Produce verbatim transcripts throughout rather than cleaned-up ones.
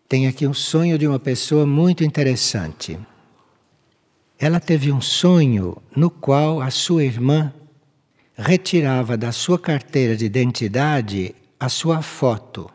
tem aqui um sonho de uma pessoa muito interessante. Ela teve um sonho no qual a sua irmã retirava da sua carteira de identidade a sua foto.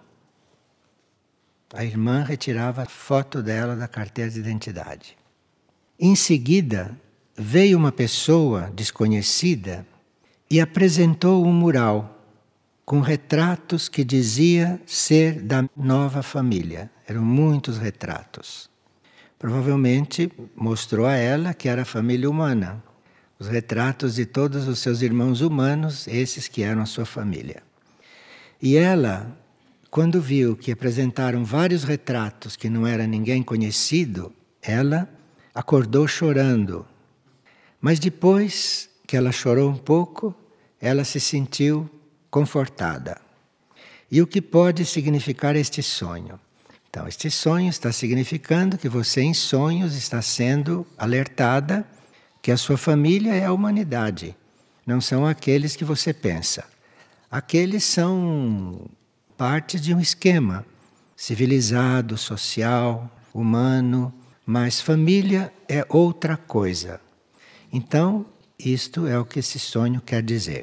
A irmã retirava a foto dela da carteira de identidade. Em seguida, veio uma pessoa desconhecida e apresentou um mural com retratos que dizia ser da nova família. Eram muitos retratos. Provavelmente mostrou a ela que era a família humana. Os retratos de todos os seus irmãos humanos, esses que eram a sua família. E ela, quando viu que apresentaram vários retratos que não era ninguém conhecido, ela acordou chorando. Mas depois que ela chorou um pouco, ela se sentiu confortada. E o que pode significar este sonho? Então, este sonho está significando que você, em sonhos, está sendo alertada que a sua família é a humanidade. Não são aqueles que você pensa. Aqueles são parte de um esquema civilizado, social, humano, mas família é outra coisa. Então, isto é o que esse sonho quer dizer.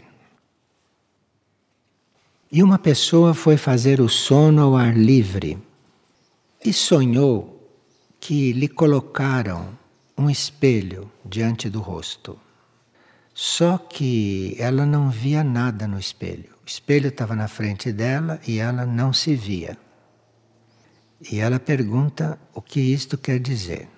E uma pessoa foi fazer o sono ao ar livre e sonhou que lhe colocaram um espelho diante do rosto. Só que ela não via nada no espelho. O espelho estava na frente dela e ela não se via. E ela pergunta o que isto quer dizer.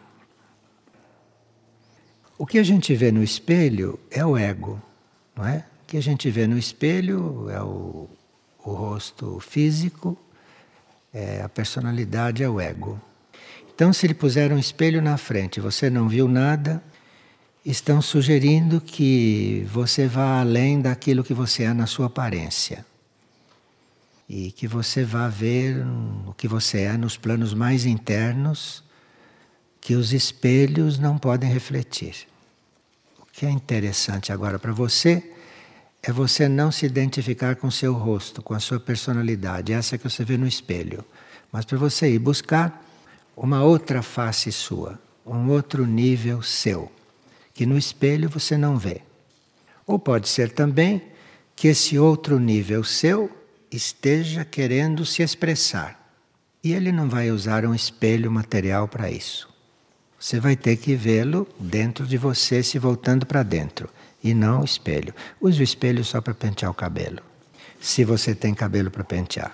O que a gente vê no espelho é o ego, não é? O que a gente vê no espelho é o, o rosto físico, é a personalidade, é o ego. Então, se lhe puseram um espelho na frente e você não viu nada, estão sugerindo que você vá além daquilo que você é na sua aparência. E que você vá ver o que você é nos planos mais internos, que os espelhos não podem refletir. O que é interessante agora para você é você não se identificar com o seu rosto, com a sua personalidade, essa que você vê no espelho. Mas para você ir buscar uma outra face sua, um outro nível seu, que no espelho você não vê. Ou pode ser também que esse outro nível seu esteja querendo se expressar. E ele não vai usar um espelho material para isso. Você vai ter que vê-lo dentro de você, se voltando para dentro, e não o espelho. Use o espelho só para pentear o cabelo, se você tem cabelo para pentear.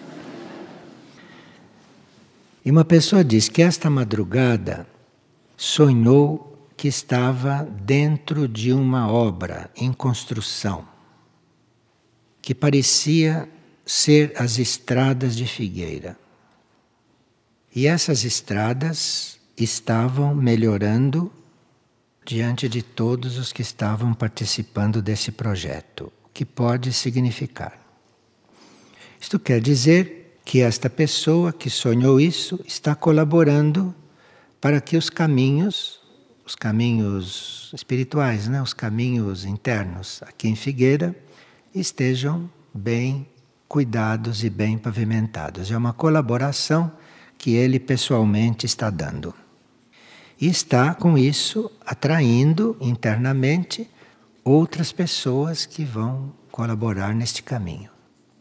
E uma pessoa diz que esta madrugada sonhou que estava dentro de uma obra em construção, que parecia ser as estradas de Figueira. E essas estradas estavam melhorando diante de todos os que estavam participando desse projeto. O que pode significar? Isto quer dizer que esta pessoa que sonhou isso está colaborando para que os caminhos, os caminhos espirituais, né, os caminhos internos aqui em Figueira, estejam bem cuidados e bem pavimentados. É uma colaboração que ele pessoalmente está dando. E está, com isso, atraindo internamente outras pessoas que vão colaborar neste caminho.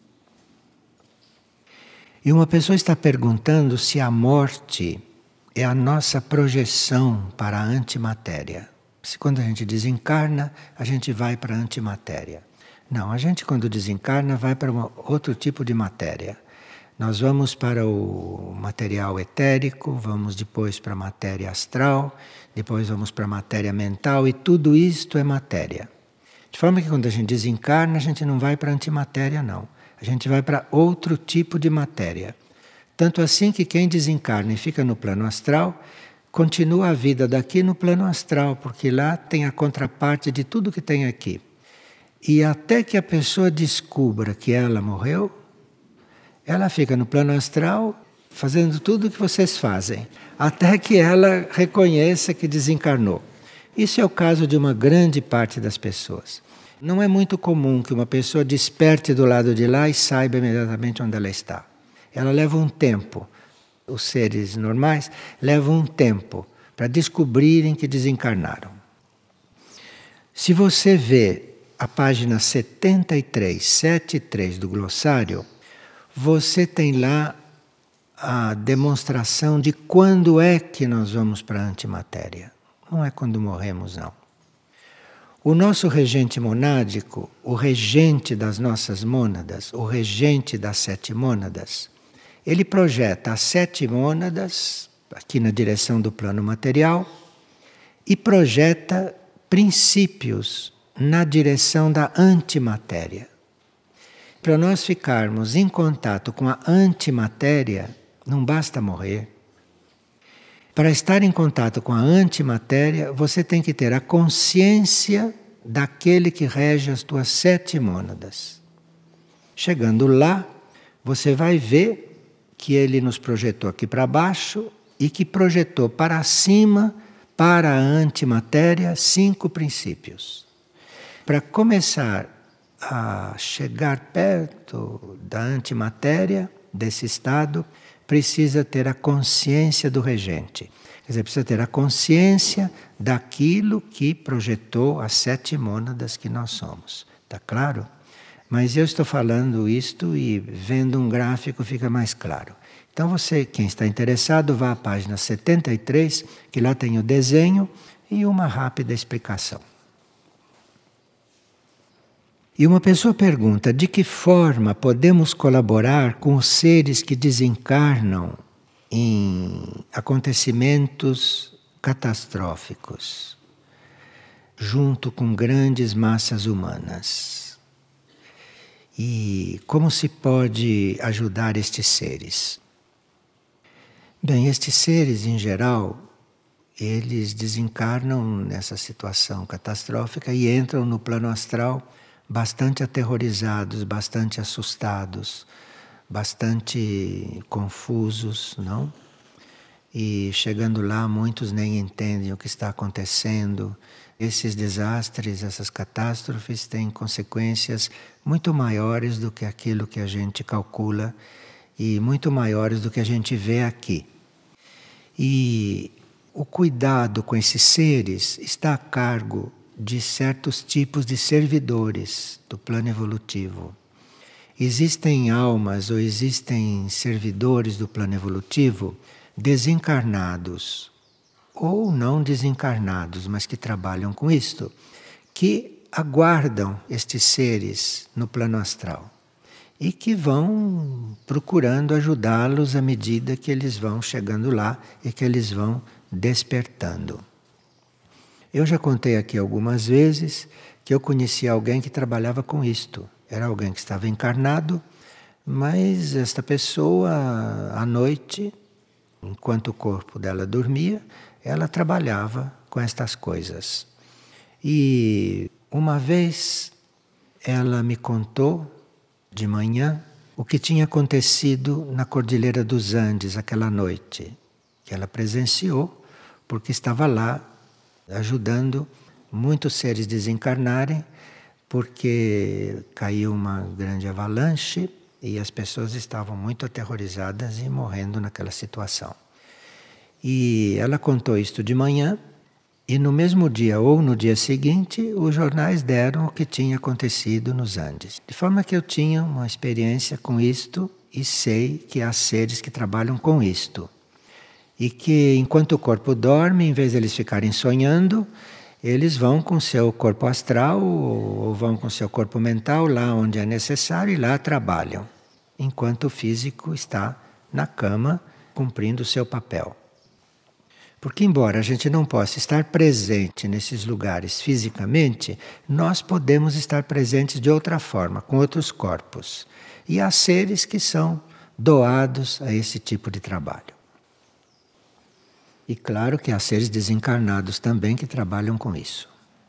E uma pessoa está perguntando se a morte é a nossa projeção para a antimatéria. Se quando a gente desencarna, a gente vai para a antimatéria. Não, a gente quando desencarna vai para um outro tipo de matéria. Nós vamos para o material etérico, vamos depois para a matéria astral, depois vamos para a matéria mental, e tudo isto é matéria. De forma que quando a gente desencarna, a gente não vai para a antimatéria, não. A gente vai para outro tipo de matéria. Tanto assim que quem desencarna e fica no plano astral, continua a vida daqui no plano astral, porque lá tem a contraparte de tudo que tem aqui. E até que a pessoa descubra que ela morreu, ela fica no plano astral fazendo tudo o que vocês fazem, até que ela reconheça que desencarnou. Isso é o caso de uma grande parte das pessoas. Não é muito comum que uma pessoa desperte do lado de lá e saiba imediatamente onde ela está. Ela leva um tempo Os seres normais levam um tempo para descobrirem que desencarnaram. Se você vê a página setenta e três, setenta e três do glossário, você tem lá a demonstração de quando é que nós vamos para a antimatéria. Não é quando morremos, não. O nosso regente monádico, o regente das nossas mônadas, o regente das sete mônadas, ele projeta as sete mônadas aqui na direção do plano material e projeta princípios na direção da antimatéria. Para nós ficarmos em contato com a antimatéria, não basta morrer. Para estar em contato com a antimatéria, você tem que ter a consciência daquele que rege as tuas sete mônadas. Chegando lá, você vai ver que ele nos projetou aqui para baixo e que projetou para cima, para a antimatéria, cinco princípios. Para começar a chegar perto da antimatéria, desse estado, precisa ter a consciência do regente. Quer dizer, precisa ter a consciência daquilo que projetou as sete mônadas que nós somos. Está claro? Mas eu estou falando isto e vendo um gráfico fica mais claro. Então você, quem está interessado, vá à página setenta e três, que lá tem o desenho e uma rápida explicação. E uma pessoa pergunta: de que forma podemos colaborar com os seres que desencarnam em acontecimentos catastróficos, junto com grandes massas humanas? E como se pode ajudar estes seres? Bem, estes seres, em geral, eles desencarnam nessa situação catastrófica e entram no plano astral bastante aterrorizados, bastante assustados, bastante confusos, não? E chegando lá, muitos nem entendem o que está acontecendo. Esses desastres, essas catástrofes têm consequências muito maiores do que aquilo que a gente calcula e muito maiores do que a gente vê aqui. E o cuidado com esses seres está a cargo de certos tipos de servidores do plano evolutivo. Existem almas ou existem servidores do plano evolutivo desencarnados ou não desencarnados, mas que trabalham com isto, que aguardam estes seres no plano astral e que vão procurando ajudá-los à medida que eles vão chegando lá e que eles vão despertando. Eu já contei aqui algumas vezes que eu conheci alguém que trabalhava com isto. Era alguém que estava encarnado, mas esta pessoa, à noite, enquanto o corpo dela dormia, ela trabalhava com estas coisas. E uma vez ela me contou, de manhã, o que tinha acontecido na Cordilheira dos Andes aquela noite, que ela presenciou, porque estava lá ajudando muitos seres desencarnarem, porque caiu uma grande avalanche e as pessoas estavam muito aterrorizadas e morrendo naquela situação. E ela contou isto de manhã, e no mesmo dia ou no dia seguinte, os jornais deram o que tinha acontecido nos Andes. De forma que eu tinha uma experiência com isto e sei que há seres que trabalham com isto. E que enquanto o corpo dorme, em vez de eles ficarem sonhando, eles vão com seu corpo astral ou vão com seu corpo mental lá onde é necessário e lá trabalham, enquanto o físico está na cama cumprindo o seu papel. Porque embora a gente não possa estar presente nesses lugares fisicamente, nós podemos estar presentes de outra forma, com outros corpos. E há seres que são doados a esse tipo de trabalho. E claro que há seres desencarnados também que trabalham com isso.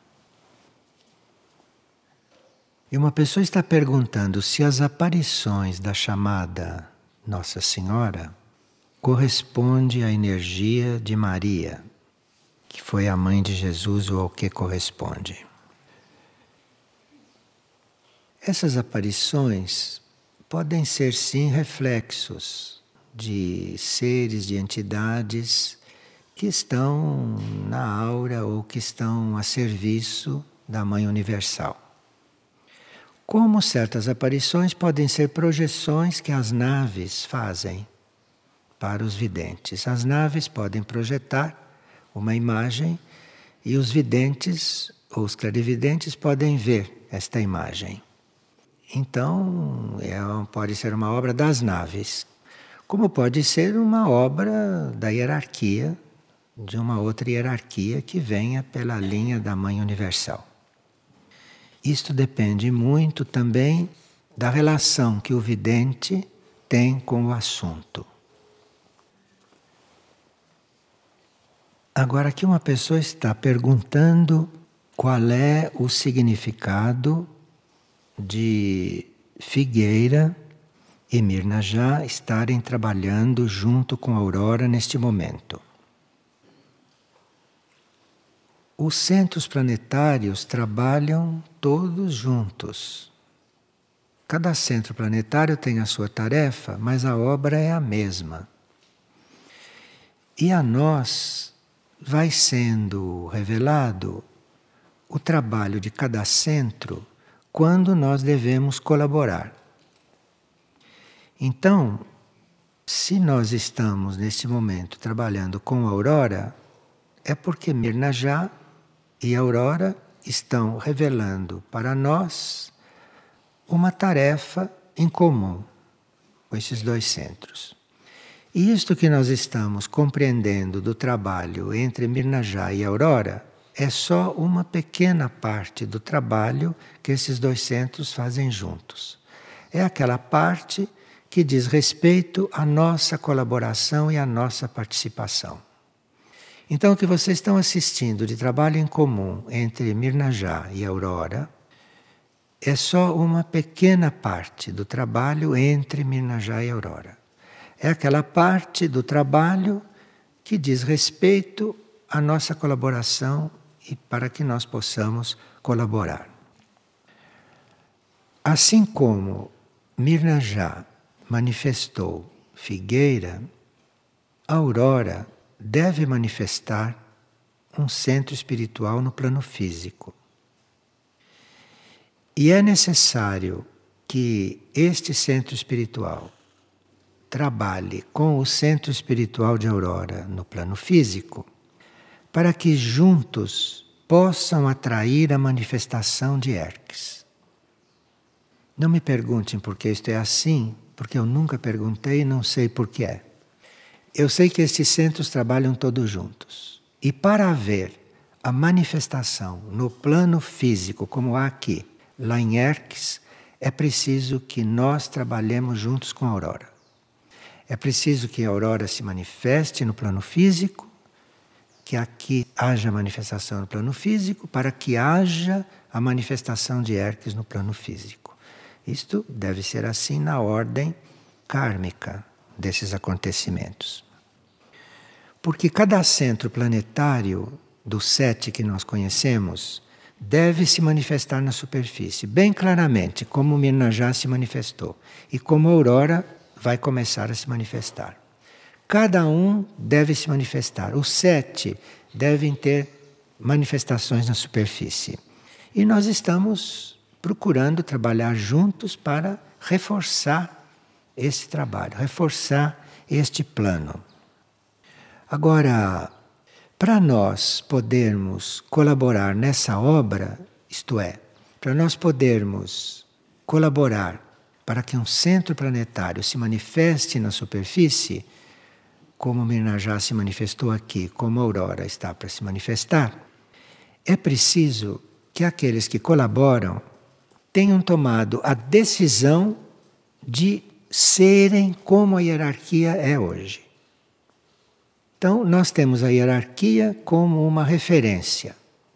E uma pessoa está perguntando se as aparições da chamada Nossa Senhora corresponde à energia de Maria, que foi a mãe de Jesus, ou ao que corresponde. Essas aparições podem ser sim reflexos de seres, de entidades que estão na aura ou que estão a serviço da Mãe Universal. Como certas aparições podem ser projeções que as naves fazem para os videntes. As naves podem projetar uma imagem e os videntes ou os clarividentes podem ver esta imagem. Então, é, pode ser uma obra das naves, como pode ser uma obra da hierarquia, de uma outra hierarquia que venha pela linha da Mãe Universal. Isto depende muito também da relação que o vidente tem com o assunto. Agora, aqui uma pessoa está perguntando qual é o significado de Figueira e Mirnajá estarem trabalhando junto com a Aurora neste momento. Os centros planetários trabalham todos juntos. Cada centro planetário tem a sua tarefa, mas a obra é a mesma. E a nós vai sendo revelado o trabalho de cada centro quando nós devemos colaborar. Então, se nós estamos neste momento trabalhando com a Aurora, é porque Mirnajá e a Aurora estão revelando para nós uma tarefa em comum com esses dois centros. E isto que nós estamos compreendendo do trabalho entre Mirnajá e Aurora é só uma pequena parte do trabalho que esses dois centros fazem juntos. É aquela parte que diz respeito à nossa colaboração e à nossa participação. Então, o que vocês estão assistindo de trabalho em comum entre Mirnajá e Aurora é só uma pequena parte do trabalho entre Mirnajá e Aurora. É aquela parte do trabalho que diz respeito à nossa colaboração e para que nós possamos colaborar. Assim como Mirnajá manifestou Figueira, a Aurora deve manifestar um centro espiritual no plano físico. E é necessário que este centro espiritual trabalhe com o centro espiritual de Aurora no plano físico, para que juntos possam atrair a manifestação de Hermes. Não me perguntem por que isto é assim, porque eu nunca perguntei e não sei por que é. Eu sei que estes centros trabalham todos juntos. E para haver a manifestação no plano físico, como há aqui, lá em Hermes, é preciso que nós trabalhemos juntos com a Aurora. É preciso que a Aurora se manifeste no plano físico, que aqui haja manifestação no plano físico, para que haja a manifestação de Hermes no plano físico. Isto deve ser assim na ordem kármica desses acontecimentos. Porque cada centro planetário dos sete que nós conhecemos deve se manifestar na superfície, bem claramente, como Mirnajá se manifestou e como a Aurora vai começar a se manifestar. Cada um deve se manifestar. Os sete devem ter manifestações na superfície. E nós estamos procurando trabalhar juntos para reforçar esse trabalho, reforçar este plano. Agora, para nós podermos colaborar nessa obra, isto é, para nós podermos colaborar para que um centro planetário se manifeste na superfície, como Mirnajá se manifestou aqui, como a Aurora está para se manifestar, é preciso que aqueles que colaboram tenham tomado a decisão de serem como a hierarquia é hoje. Então, nós temos a hierarquia como uma referência.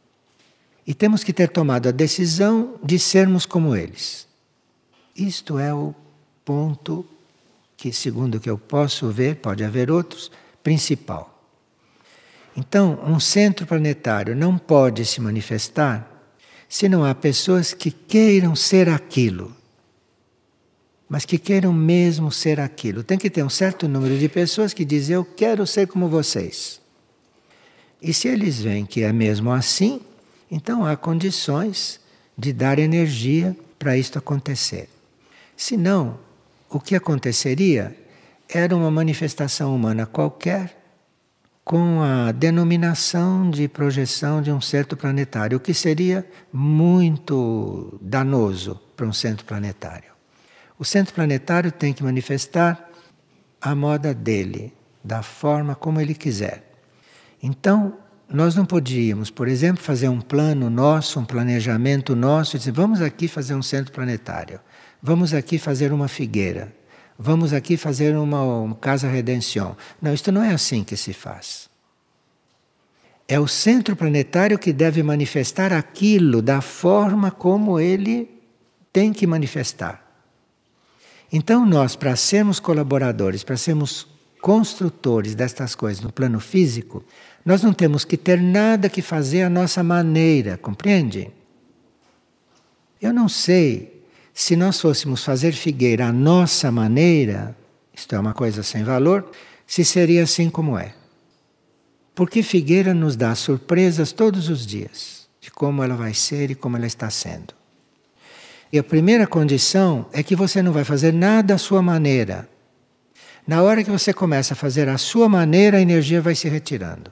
E temos que ter tomado a decisão de sermos como eles. Isto é o ponto que, segundo o que eu posso ver, pode haver outros, principal. Então, um centro planetário não pode se manifestar se não há pessoas que queiram ser aquilo. mas que queiram mesmo ser aquilo. Tem que ter um certo número de pessoas que dizem: eu quero ser como vocês. E se eles veem que é mesmo assim, então há condições de dar energia para isto acontecer. Se não, o que aconteceria era uma manifestação humana qualquer com a denominação de projeção de um centro planetário, o que seria muito danoso para um centro planetário. O centro planetário tem que manifestar a moda dele, da forma como ele quiser. Então, nós não podíamos, por exemplo, fazer um plano nosso, um planejamento nosso, e dizer: vamos aqui fazer um centro planetário, vamos aqui fazer uma figueira, vamos aqui fazer uma, uma casa redenção. Não, isto não é assim que se faz. É o centro planetário que deve manifestar aquilo da forma como ele tem que manifestar. Então nós, para sermos colaboradores, para sermos construtores destas coisas no plano físico, nós não temos que ter nada que fazer à nossa maneira, compreende? Eu não sei se nós fôssemos fazer figueira à nossa maneira, isto é uma coisa sem valor, se seria assim como é. Porque figueira nos dá surpresas todos os dias, de como ela vai ser e como ela está sendo. E a primeira condição é que você não vai fazer nada à sua maneira. Na hora que você começa a fazer à sua maneira, a energia vai se retirando.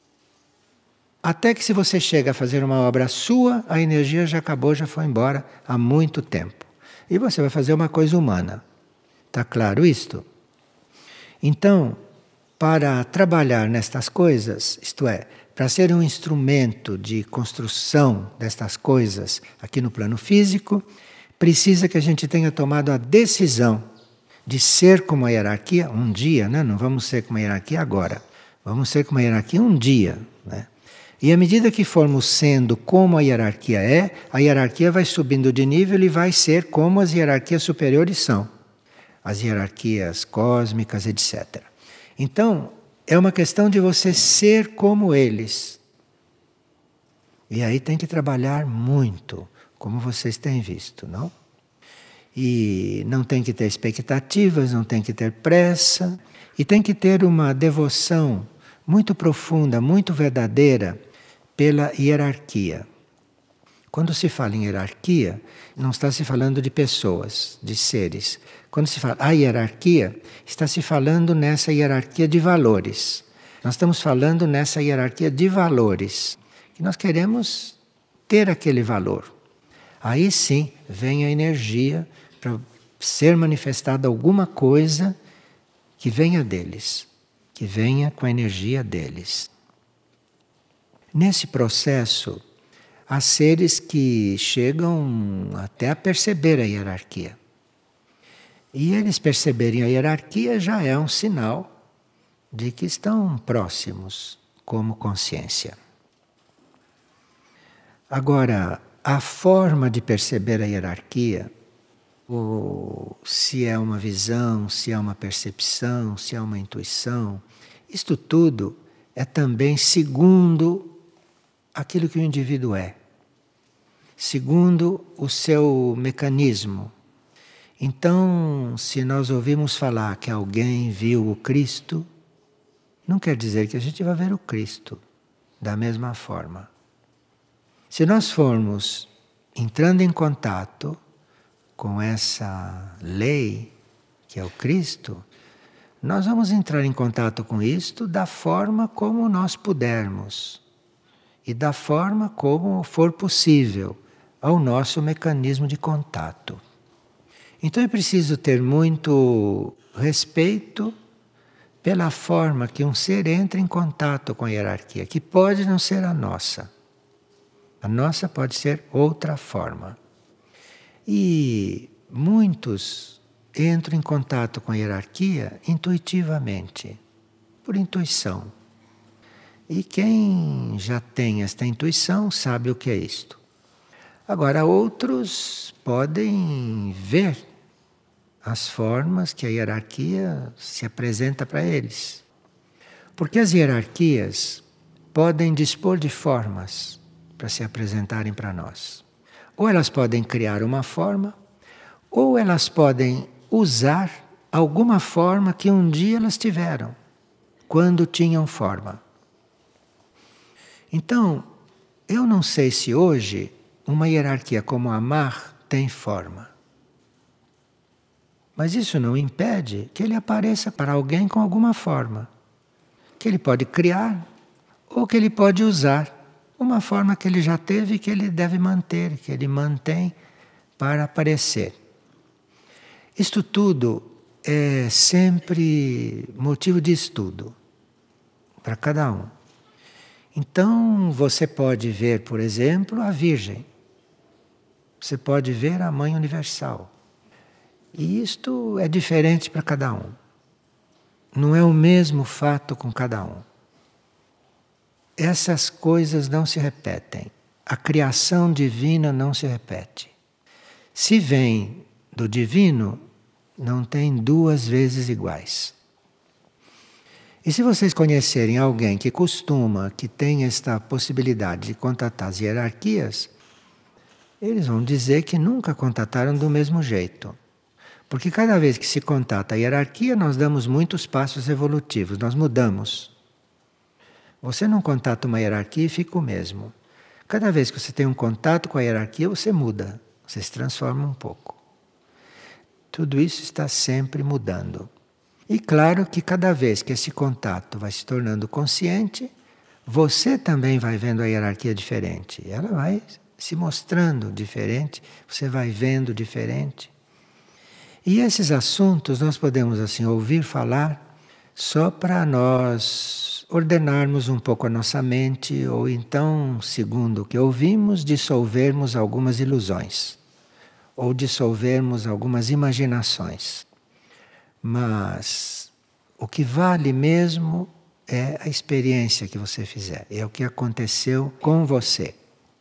Até que se você chega a fazer uma obra sua, a energia já acabou, já foi embora há muito tempo. E você vai fazer uma coisa humana. Está claro isto? Então, para trabalhar nestas coisas, isto é, para ser um instrumento de construção destas coisas aqui no plano físico, precisa que a gente tenha tomado a decisão de ser como a hierarquia um dia, né? Não vamos ser como a hierarquia agora, vamos ser como a hierarquia um dia, né? E à medida que formos sendo como a hierarquia é, a hierarquia vai subindo de nível e vai ser como as hierarquias superiores são, as hierarquias cósmicas, etcétera. Então, é uma questão de você ser como eles. E aí tem que trabalhar muito, como vocês têm visto, não? E não tem que ter expectativas, não tem que ter pressa, e tem que ter uma devoção muito profunda, muito verdadeira pela hierarquia. Quando se fala em hierarquia, não está se falando de pessoas, de seres. Quando se fala a hierarquia, está se falando nessa hierarquia de valores. Nós estamos falando nessa hierarquia de valores, que nós queremos ter aquele valor. Aí sim vem a energia para ser manifestada alguma coisa que venha deles, que venha com a energia deles. Nesse processo, há seres que chegam até a perceber a hierarquia. E eles perceberem a hierarquia já é um sinal de que estão próximos como consciência. Agora, a forma de perceber a hierarquia, ou se é uma visão, se é uma percepção, se é uma intuição, isto tudo é também segundo aquilo que o indivíduo é, segundo o seu mecanismo. Então, se nós ouvimos falar que alguém viu o Cristo, não quer dizer que a gente vai ver o Cristo da mesma forma. Se nós formos entrando em contato com essa lei, que é o Cristo, nós vamos entrar em contato com isto da forma como nós pudermos e da forma como for possível ao nosso mecanismo de contato. Então é preciso ter muito respeito pela forma que um ser entra em contato com a hierarquia, que pode não ser a nossa. A nossa pode ser outra forma. E muitos entram em contato com a hierarquia intuitivamente, por intuição. E quem já tem esta intuição sabe o que é isto. Agora, outros podem ver as formas que a hierarquia se apresenta para eles. Porque as hierarquias podem dispor de formas para se apresentarem para nós. Ou elas podem criar uma forma, ou elas podem usar alguma forma que um dia elas tiveram, quando tinham forma. Então, eu não sei se hoje uma hierarquia como a Mar tem forma. Mas isso não impede que ele apareça para alguém com alguma forma. Que ele pode criar ou que ele pode usar uma forma que ele já teve e que ele deve manter, que ele mantém para aparecer. Isto tudo é sempre motivo de estudo para cada um. Então você pode ver, por exemplo, a Virgem. Você pode ver a Mãe Universal. E isto é diferente para cada um. Não é o mesmo fato com cada um. Essas coisas não se repetem. A criação divina não se repete. Se vem do divino, não tem duas vezes iguais. E se vocês conhecerem alguém que costuma, que tem esta possibilidade de contatar as hierarquias, eles vão dizer que nunca contataram do mesmo jeito. Porque cada vez que se contata a hierarquia, nós damos muitos passos evolutivos, nós mudamos. Você não contata uma hierarquia e fica o mesmo. Cada vez que você tem um contato com a hierarquia, você muda, você se transforma um pouco. Tudo isso está sempre mudando. E claro que cada vez que esse contato vai se tornando consciente, você também vai vendo a hierarquia diferente. Ela vai se mostrando diferente, você vai vendo diferente. E esses assuntos nós podemos assim ouvir falar só para nós ordenarmos um pouco a nossa mente ou então, segundo o que ouvimos, dissolvermos algumas ilusões ou dissolvermos algumas imaginações. Mas o que vale mesmo é a experiência que você fizer, é o que aconteceu com você.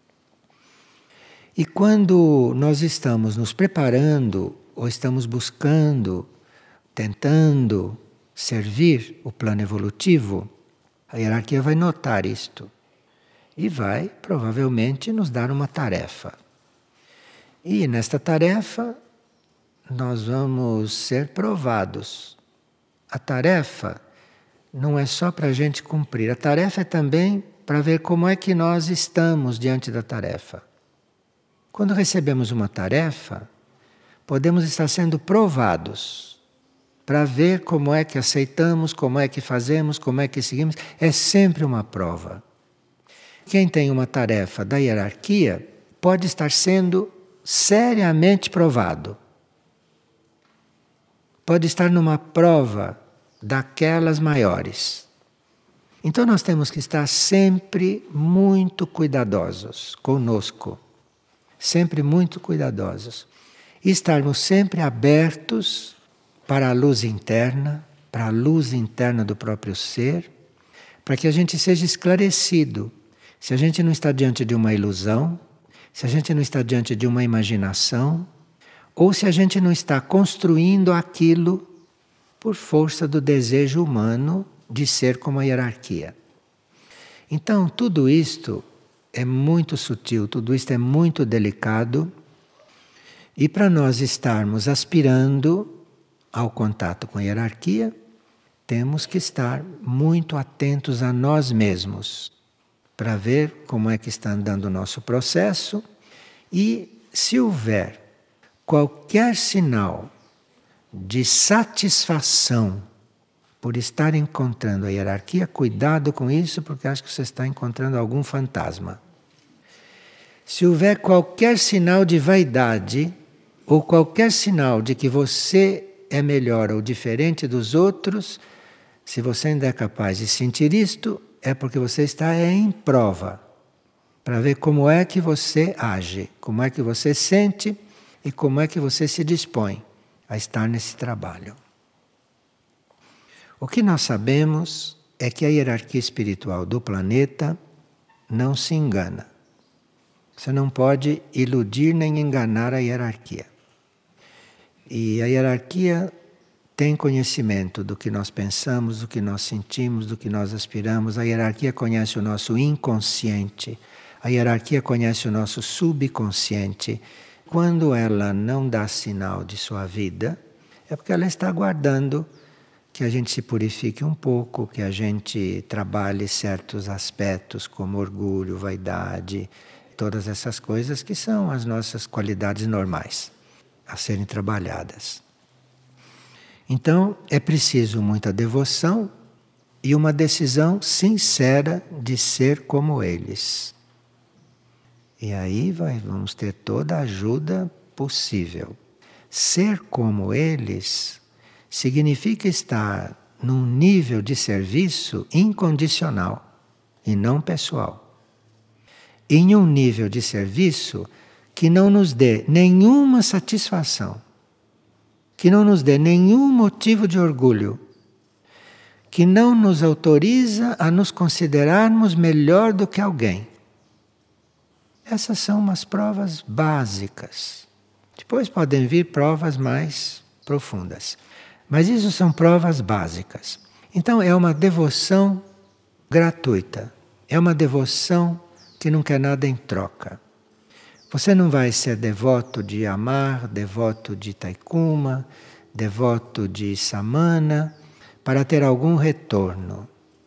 E quando nós estamos nos preparando ou estamos buscando, tentando servir o plano evolutivo, a hierarquia vai notar isto e vai provavelmente nos dar uma tarefa. E nesta tarefa nós vamos ser provados. A tarefa não é só para a gente cumprir, a tarefa é também para ver como é que nós estamos diante da tarefa. Quando recebemos uma tarefa, podemos estar sendo provados para ver como é que aceitamos, como é que fazemos, como é que seguimos. É sempre uma prova. Quem tem uma tarefa da hierarquia pode estar sendo seriamente provado. Pode estar numa prova daquelas maiores. Então nós temos que estar sempre muito cuidadosos conosco. Sempre muito cuidadosos. E estarmos sempre abertos para a luz interna, para a luz interna do próprio ser, para que a gente seja esclarecido. Se a gente não está diante de uma ilusão, se a gente não está diante de uma imaginação, ou se a gente não está construindo aquilo por força do desejo humano de ser como a hierarquia. Então, tudo isto é muito sutil, tudo isto é muito delicado. E para nós estarmos aspirando ao contato com a hierarquia, temos que estar muito atentos a nós mesmos, para ver como é que está andando o nosso processo e se houver qualquer sinal de satisfação por estar encontrando a hierarquia, cuidado com isso, porque acho que você está encontrando algum fantasma. Se houver qualquer sinal de vaidade, ou qualquer sinal de que você é melhor ou diferente dos outros, se você ainda é capaz de sentir isto, é porque você está em prova, para ver como é que você age, como é que você sente e como é que você se dispõe a estar nesse trabalho. O que nós sabemos é que a hierarquia espiritual do planeta não se engana. Você não pode iludir nem enganar a hierarquia. E a hierarquia tem conhecimento do que nós pensamos, do que nós sentimos, do que nós aspiramos. A hierarquia conhece o nosso inconsciente. A hierarquia conhece o nosso subconsciente. Quando ela não dá sinal de sua vida, É porque ela está aguardando que a gente se purifique um pouco, que a gente trabalhe certos aspectos como orgulho, vaidade, todas essas coisas que são as nossas qualidades normais a serem trabalhadas. Então, é preciso muita devoção e uma decisão sincera de ser como eles. E aí vai, vamos ter toda a ajuda possível. Ser como eles significa estar num nível de serviço incondicional e não pessoal. Em um nível de serviço que não nos dê nenhuma satisfação, que não nos dê nenhum motivo de orgulho, que não nos autoriza a nos considerarmos melhor do que alguém. Essas são umas provas básicas. Depois podem vir provas mais profundas. Mas isso são provas básicas. Então é uma devoção gratuita. É uma devoção que não quer nada em troca. Você não vai ser devoto de Amar, devoto de Taikuma, devoto de Samana, para ter algum retorno.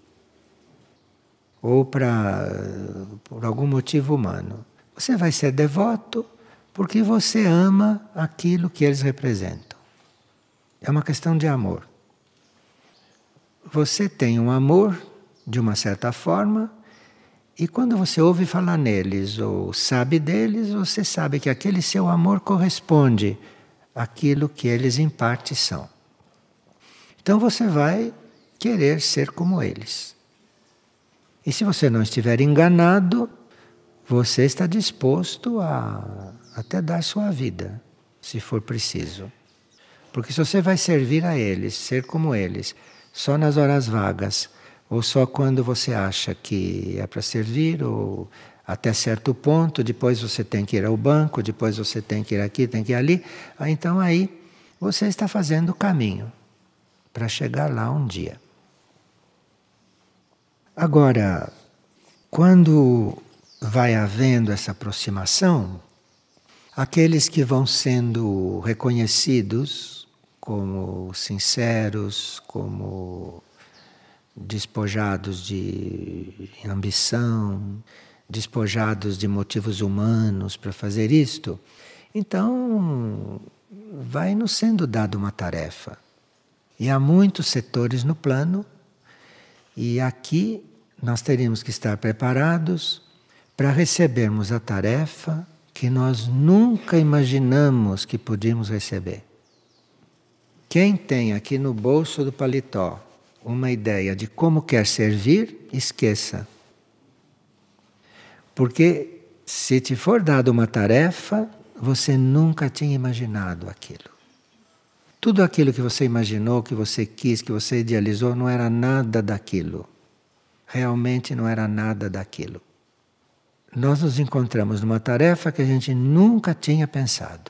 Ou para, por algum motivo humano. Você vai ser devoto porque você ama aquilo que eles representam. É uma questão de amor. Você tem um amor, de uma certa forma, e quando você ouve falar neles ou sabe deles, você sabe que aquele seu amor corresponde àquilo que eles em parte são. Então você vai querer ser como eles. E se você não estiver enganado, você está disposto a até dar sua vida, se for preciso. Porque se você vai servir a eles, ser como eles, só nas horas vagas, ou só quando você acha que é para servir, ou até certo ponto, depois você tem que ir ao banco, depois você tem que ir aqui, tem que ir ali, então aí você está fazendo o caminho para chegar lá um dia. Agora, quando vai havendo essa aproximação, aqueles que vão sendo reconhecidos como sinceros, como despojados de ambição, despojados de motivos humanos para fazer isto, então vai nos sendo dada uma tarefa. E há muitos setores no plano, e aqui nós teríamos que estar preparados para recebermos a tarefa que nós nunca imaginamos que podíamos receber. Quem tem aqui no bolso do paletó uma ideia de como quer servir, esqueça. Porque se te for dada uma tarefa, você nunca tinha imaginado aquilo. Tudo aquilo que você imaginou, que você quis, que você idealizou, não era nada daquilo. Realmente não era nada daquilo. Nós nos encontramos numa tarefa que a gente nunca tinha pensado.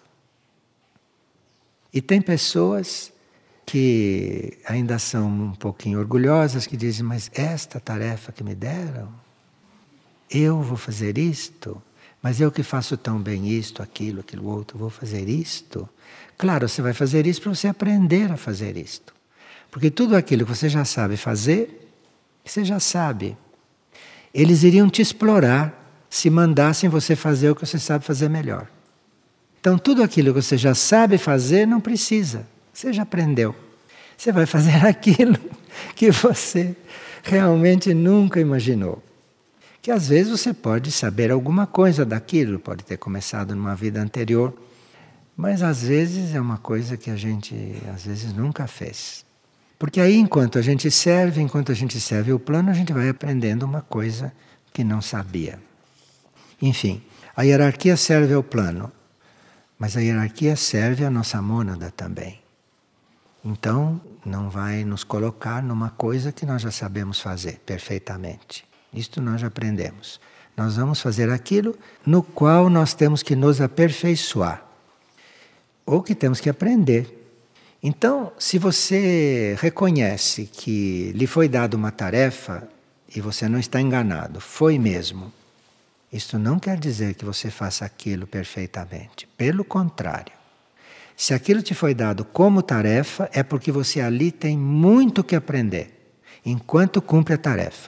E tem pessoas que ainda são um pouquinho orgulhosas, que dizem, mas esta tarefa que me deram, eu vou fazer isto, mas eu que faço tão bem isto, aquilo, aquilo outro, vou fazer isto. Claro, você vai fazer isso para você aprender a fazer isto. Porque tudo aquilo que você já sabe fazer, você já sabe. Eles iriam te explorar se mandassem você fazer o que você sabe fazer melhor. Então tudo aquilo que você já sabe fazer não precisa. Você já aprendeu. Você vai fazer aquilo que você realmente nunca imaginou. Que às vezes você pode saber alguma coisa daquilo, pode ter começado numa vida anterior, mas às vezes é uma coisa que a gente às vezes nunca fez. Porque aí enquanto a gente serve, enquanto a gente serve o plano, a gente vai aprendendo uma coisa que não sabia. Enfim, a hierarquia serve ao plano, mas a hierarquia serve à nossa mônada também. Então, não vai nos colocar numa coisa que nós já sabemos fazer perfeitamente. Isto nós já aprendemos. Nós vamos fazer aquilo no qual nós temos que nos aperfeiçoar. Ou que temos que aprender. Então, se você reconhece que lhe foi dada uma tarefa e você não está enganado, foi mesmo. Isto não quer dizer que você faça aquilo perfeitamente. Pelo contrário. Se aquilo te foi dado como tarefa, é porque você ali tem muito que aprender, enquanto cumpre a tarefa.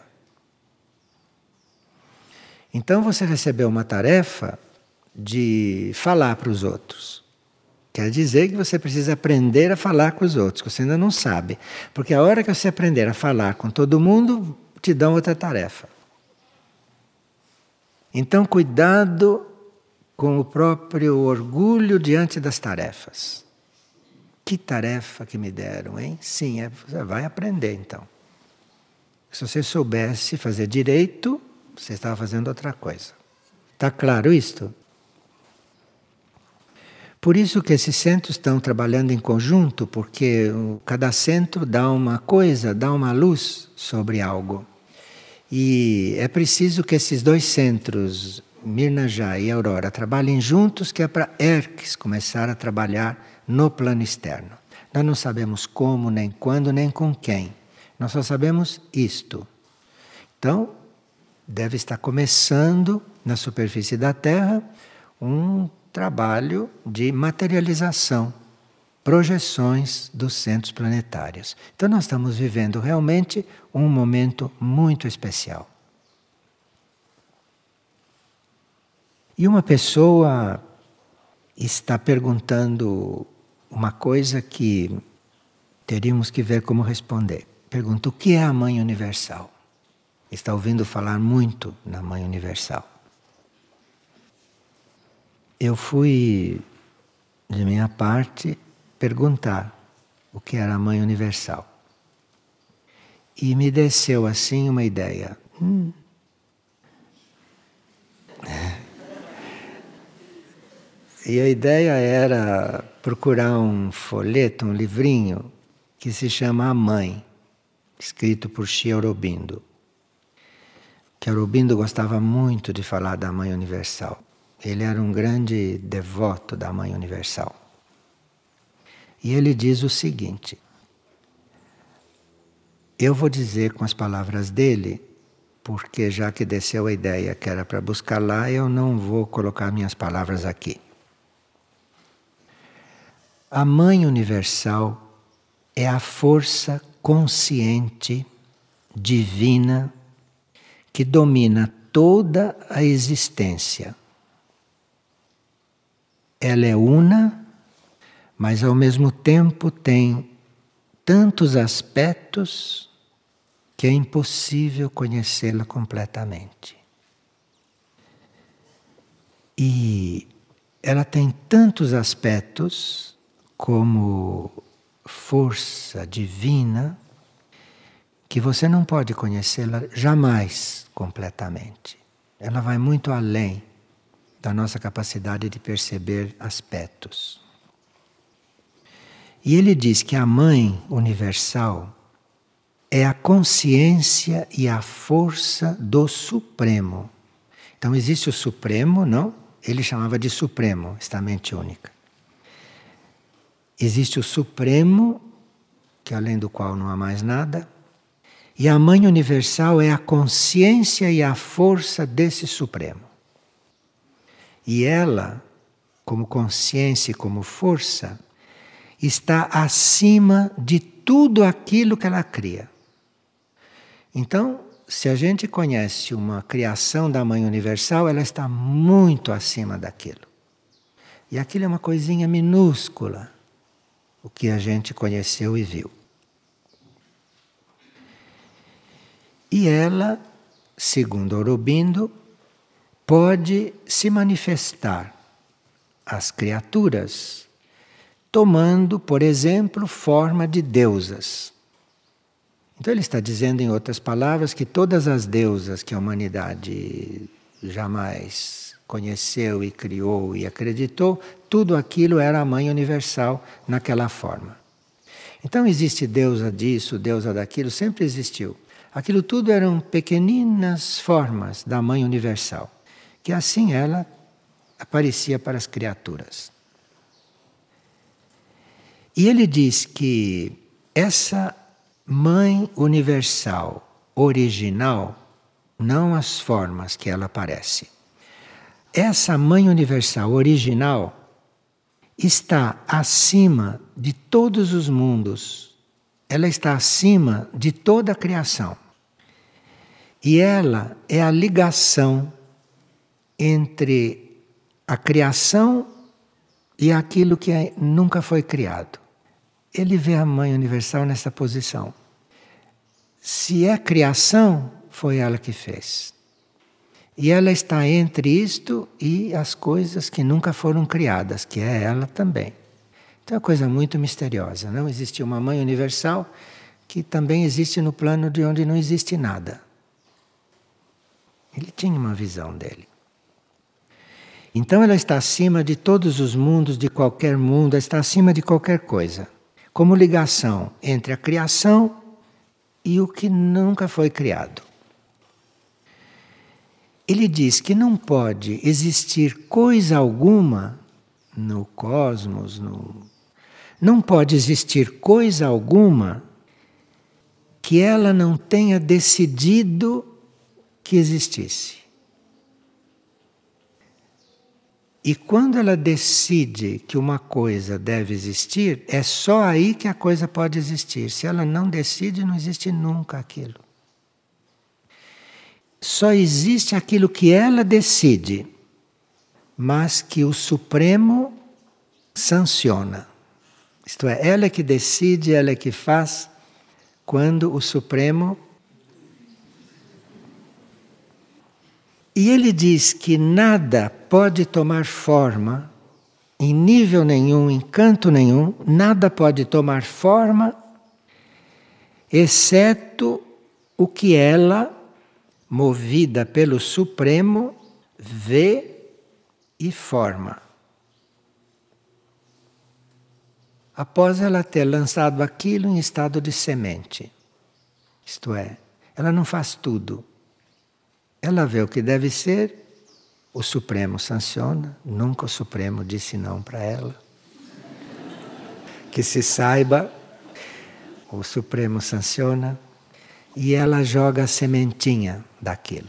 Então você recebeu uma tarefa de falar para os outros. Quer dizer que você precisa aprender a falar com os outros, que você ainda não sabe. Porque a hora que você aprender a falar com todo mundo, te dão outra tarefa. Então, cuidado com o próprio orgulho diante das tarefas. Que tarefa que me deram, hein? Sim, é, você vai aprender então. Se você soubesse fazer direito, você estava fazendo outra coisa. Está claro isto? Por isso que esses centros estão trabalhando em conjunto, porque cada centro dá uma coisa, dá uma luz sobre algo. E é preciso que esses dois centros, Mirna Jai e Aurora, trabalhem juntos, que é para Erques começar a trabalhar no plano externo. Nós não sabemos como, nem quando, nem com quem. Nós só sabemos isto. Então, deve estar começando na superfície da Terra um trabalho de materialização, projeções dos centros planetários. Então nós estamos vivendo realmente um momento muito especial. E uma pessoa está perguntando uma coisa que teríamos que ver como responder. Pergunta: o que é a Mãe Universal? Está ouvindo falar muito na Mãe Universal. Eu fui, de minha parte, perguntar o que era a Mãe Universal. E me desceu assim uma ideia. Hum. E a ideia era procurar um folheto, um livrinho, que se chama A Mãe, escrito por Sri Aurobindo. Que Aurobindo gostava muito de falar da Mãe Universal. Ele era um grande devoto da Mãe Universal. E ele diz o seguinte: eu vou dizer com as palavras dele, porque já que desceu a ideia que era para buscar lá, eu não vou colocar minhas palavras aqui. A Mãe Universal é a força consciente, divina, que domina toda a existência. Ela é una, mas ao mesmo tempo tem tantos aspectos que é impossível conhecê-la completamente. E ela tem tantos aspectos como força divina que você não pode conhecê-la jamais completamente. Ela vai muito além da nossa capacidade de perceber aspectos. E ele diz que a Mãe Universal é a consciência e a força do Supremo. Então existe o Supremo, não? Ele chamava de Supremo, esta mente única. Existe o Supremo, que além do qual não há mais nada, e a Mãe Universal é a consciência e a força desse Supremo. E ela, como consciência e como força, está acima de tudo aquilo que ela cria. Então, se a gente conhece uma criação da Mãe Universal, ela está muito acima daquilo. E aquilo é uma coisinha minúscula, o que a gente conheceu e viu. E ela, segundo Aurobindo, pode se manifestar às criaturas tomando, por exemplo, forma de deusas. Então ele está dizendo, em outras palavras, que todas as deusas que a humanidade jamais conheceu e criou e acreditou, tudo aquilo era a Mãe Universal naquela forma. Então existe deusa disso, deusa daquilo, sempre existiu. Aquilo tudo eram pequeninas formas da Mãe Universal, que assim ela aparecia para as criaturas. E ele diz que essa Mãe Universal original, não as formas que ela aparece, essa Mãe Universal original está acima de todos os mundos. Ela está acima de toda a criação. E ela é a ligação entre a criação e aquilo que nunca foi criado. Ele vê a Mãe Universal nessa posição. Se é criação, foi ela que fez. E ela está entre isto e as coisas que nunca foram criadas, que é ela também. Então é uma coisa muito misteriosa. Não existe uma Mãe Universal que também existe no plano de onde não existe nada. Ele tinha uma visão dele. Então ela está acima de todos os mundos, de qualquer mundo, ela está acima de qualquer coisa. Como ligação entre a criação e o que nunca foi criado. Ele diz que não pode existir coisa alguma no cosmos, no... não pode existir coisa alguma que ela não tenha decidido que existisse. E quando ela decide que uma coisa deve existir, é só aí que a coisa pode existir. Se ela não decide, não existe nunca aquilo. Só existe aquilo que ela decide, mas que o Supremo sanciona. Isto é, ela é que decide, ela é que faz, quando o Supremo... E ele diz que nada pode tomar forma, em nível nenhum, em canto nenhum, nada pode tomar forma, exceto o que ela, movida pelo Supremo, vê e forma. Após ela ter lançado aquilo em estado de semente. Isto é, ela não faz tudo. Ela vê o que deve ser, o Supremo sanciona, nunca o Supremo disse não para ela. Que se saiba, o Supremo sanciona e ela joga a sementinha daquilo.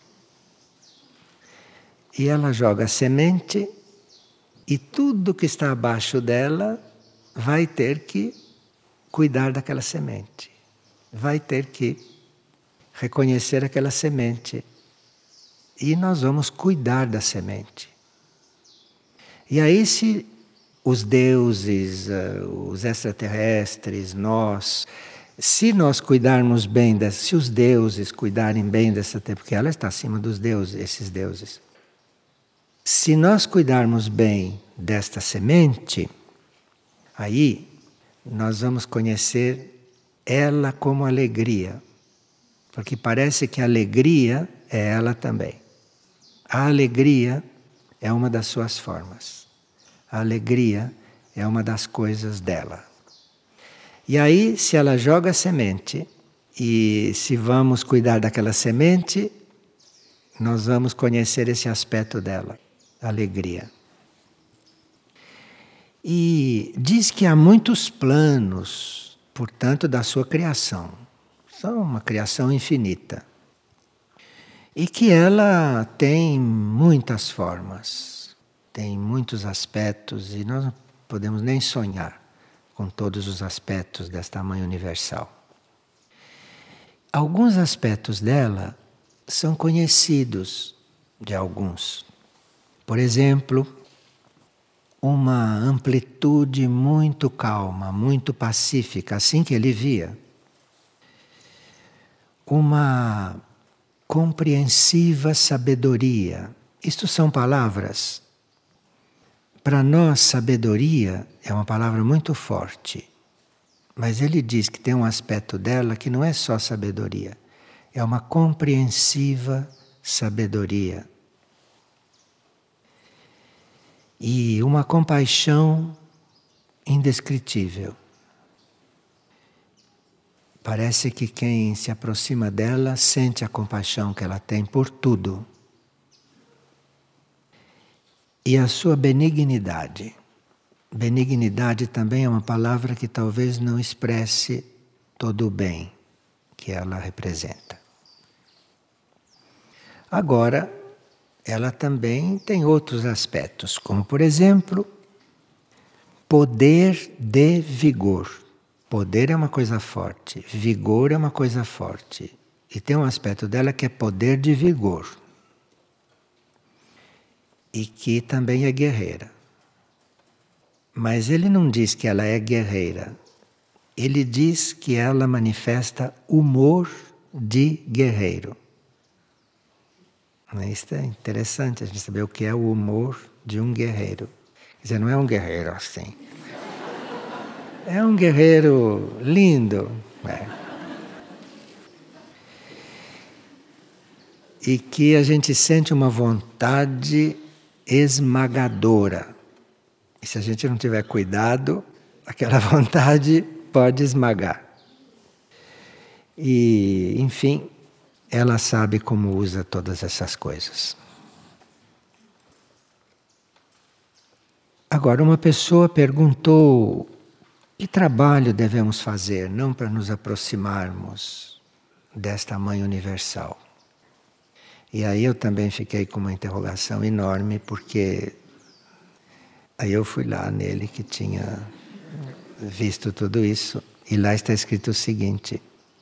E ela joga a semente e tudo que está abaixo dela vai ter que cuidar daquela semente. Vai ter que reconhecer aquela semente. E nós vamos cuidar da semente. E aí, se os deuses, os extraterrestres, nós, se nós cuidarmos bem, dessa, se os deuses cuidarem bem dessa, porque ela está acima dos deuses, esses deuses. Se nós cuidarmos bem desta semente, aí nós vamos conhecer ela como alegria. Porque parece que a alegria é ela também. A alegria é uma das suas formas. A alegria é uma das coisas dela. E aí, se ela joga a semente, e se vamos cuidar daquela semente, nós vamos conhecer esse aspecto dela, a alegria. E diz que há muitos planos, portanto, da sua criação. São uma criação infinita. E que ela tem muitas formas, tem muitos aspectos, e nós não podemos nem sonhar com todos os aspectos desta Mãe Universal. Alguns aspectos dela são conhecidos de alguns. Por exemplo, uma amplitude muito calma, muito pacífica, assim que ele via. Uma compreensiva sabedoria. Isto são palavras. Para nós, sabedoria é uma palavra muito forte. Mas ele diz que tem um aspecto dela que não é só sabedoria. É uma compreensiva sabedoria. E uma compaixão indescritível. Parece que quem se aproxima dela sente a compaixão que ela tem por tudo. E a sua benignidade. Benignidade também é uma palavra que talvez não expresse todo o bem que ela representa. Agora, ela também tem outros aspectos, como por exemplo, poder de vigor. Poder é uma coisa forte, vigor é uma coisa forte. E tem um aspecto dela que é poder de vigor. E que também é guerreira. Mas ele não diz que ela é guerreira. Ele diz que ela manifesta humor de guerreiro. Isso é interessante a gente saber o que é o humor de um guerreiro. Quer dizer, não é um guerreiro assim. É um guerreiro lindo. É. E que a gente sente uma vontade esmagadora. E se a gente não tiver cuidado, aquela vontade pode esmagar. E, enfim, ela sabe como usa todas essas coisas. Agora, uma pessoa perguntou: que trabalho devemos fazer, não para nos aproximarmos desta Mãe Universal? E aí eu também fiquei com uma interrogação enorme, porque aí eu fui lá nele que tinha visto tudo isso, e lá está escrito o seguinte: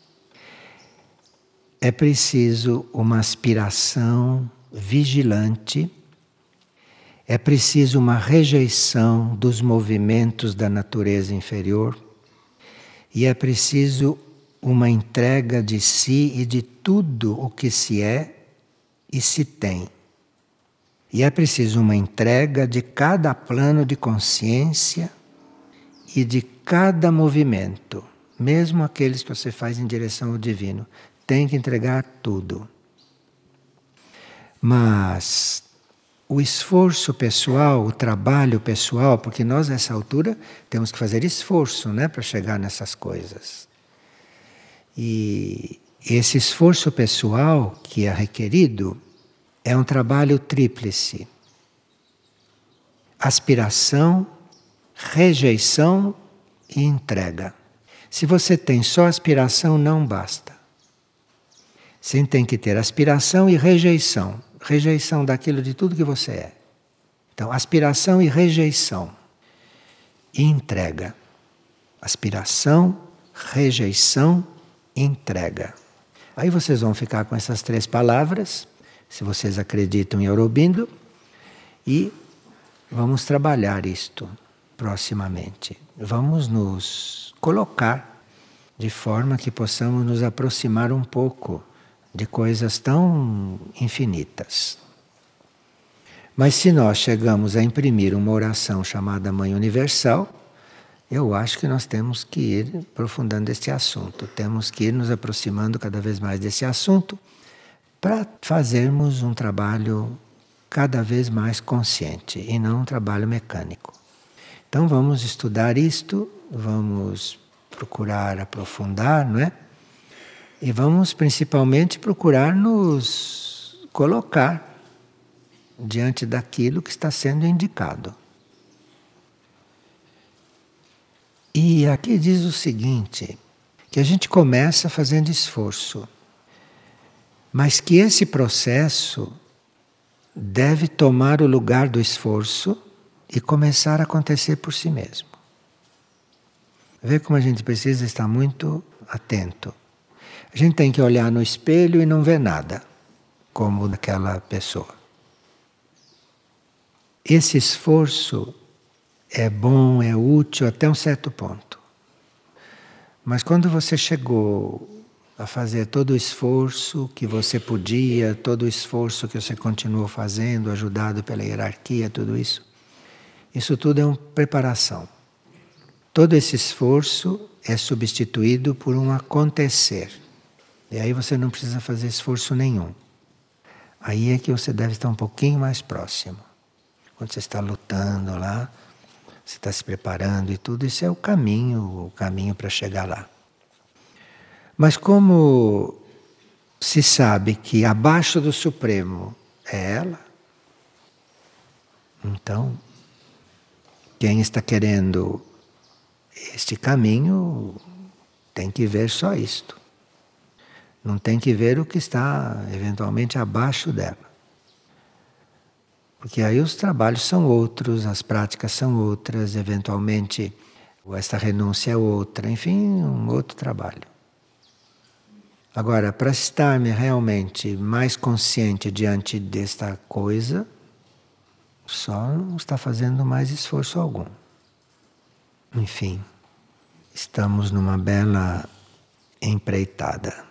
é preciso uma aspiração vigilante, é preciso uma rejeição dos movimentos da natureza inferior, e é preciso uma entrega de si e de tudo o que se é e se tem. E é preciso uma entrega de cada plano de consciência e de cada movimento, mesmo aqueles que você faz em direção ao divino. Tem que entregar tudo. Mas o esforço pessoal, o trabalho pessoal, porque nós nessa altura temos que fazer esforço, né, para chegar nessas coisas. E esse esforço pessoal que é requerido é um trabalho tríplice: aspiração, rejeição e entrega. Se você tem só aspiração, não basta. Você tem que ter aspiração e rejeição. Rejeição daquilo de tudo que você é. Então, aspiração e rejeição. E entrega. Aspiração, rejeição, entrega. Aí vocês vão ficar com essas três palavras, se vocês acreditam em Aurobindo, e vamos trabalhar isto proximamente. Vamos nos colocar de forma que possamos nos aproximar um pouco de coisas tão infinitas. Mas se nós chegamos a imprimir uma oração chamada Mãe Universal, eu acho que nós temos que ir aprofundando este assunto. Temos que ir nos aproximando cada vez mais desse assunto para fazermos um trabalho cada vez mais consciente e não um trabalho mecânico. Então vamos estudar isto, vamos procurar aprofundar, não é? E vamos principalmente procurar nos colocar diante daquilo que está sendo indicado. E aqui diz o seguinte, que a gente começa fazendo esforço, mas que esse processo deve tomar o lugar do esforço e começar a acontecer por si mesmo. Vê como a gente precisa estar muito atento. A gente tem que olhar no espelho e não ver nada, como daquela pessoa. Esse esforço é bom, é útil até um certo ponto. Mas quando você chegou a fazer todo o esforço que você podia, todo o esforço que você continuou fazendo, ajudado pela hierarquia, tudo isso, isso tudo é uma preparação. Todo esse esforço é substituído por um acontecer. E aí você não precisa fazer esforço nenhum. Aí é que você deve estar um pouquinho mais próximo. Quando você está lutando lá, você está se preparando e tudo, isso é o caminho, o caminho para chegar lá. Mas como se sabe que abaixo do Supremo é ela, então quem está querendo este caminho tem que ver só isto. Não tem que ver o que está eventualmente abaixo dela. Porque aí os trabalhos são outros, as práticas são outras, eventualmente esta renúncia é outra, enfim, um outro trabalho. Agora, para estar-me realmente mais consciente diante desta coisa, só não está fazendo mais esforço algum. Enfim, estamos numa bela empreitada.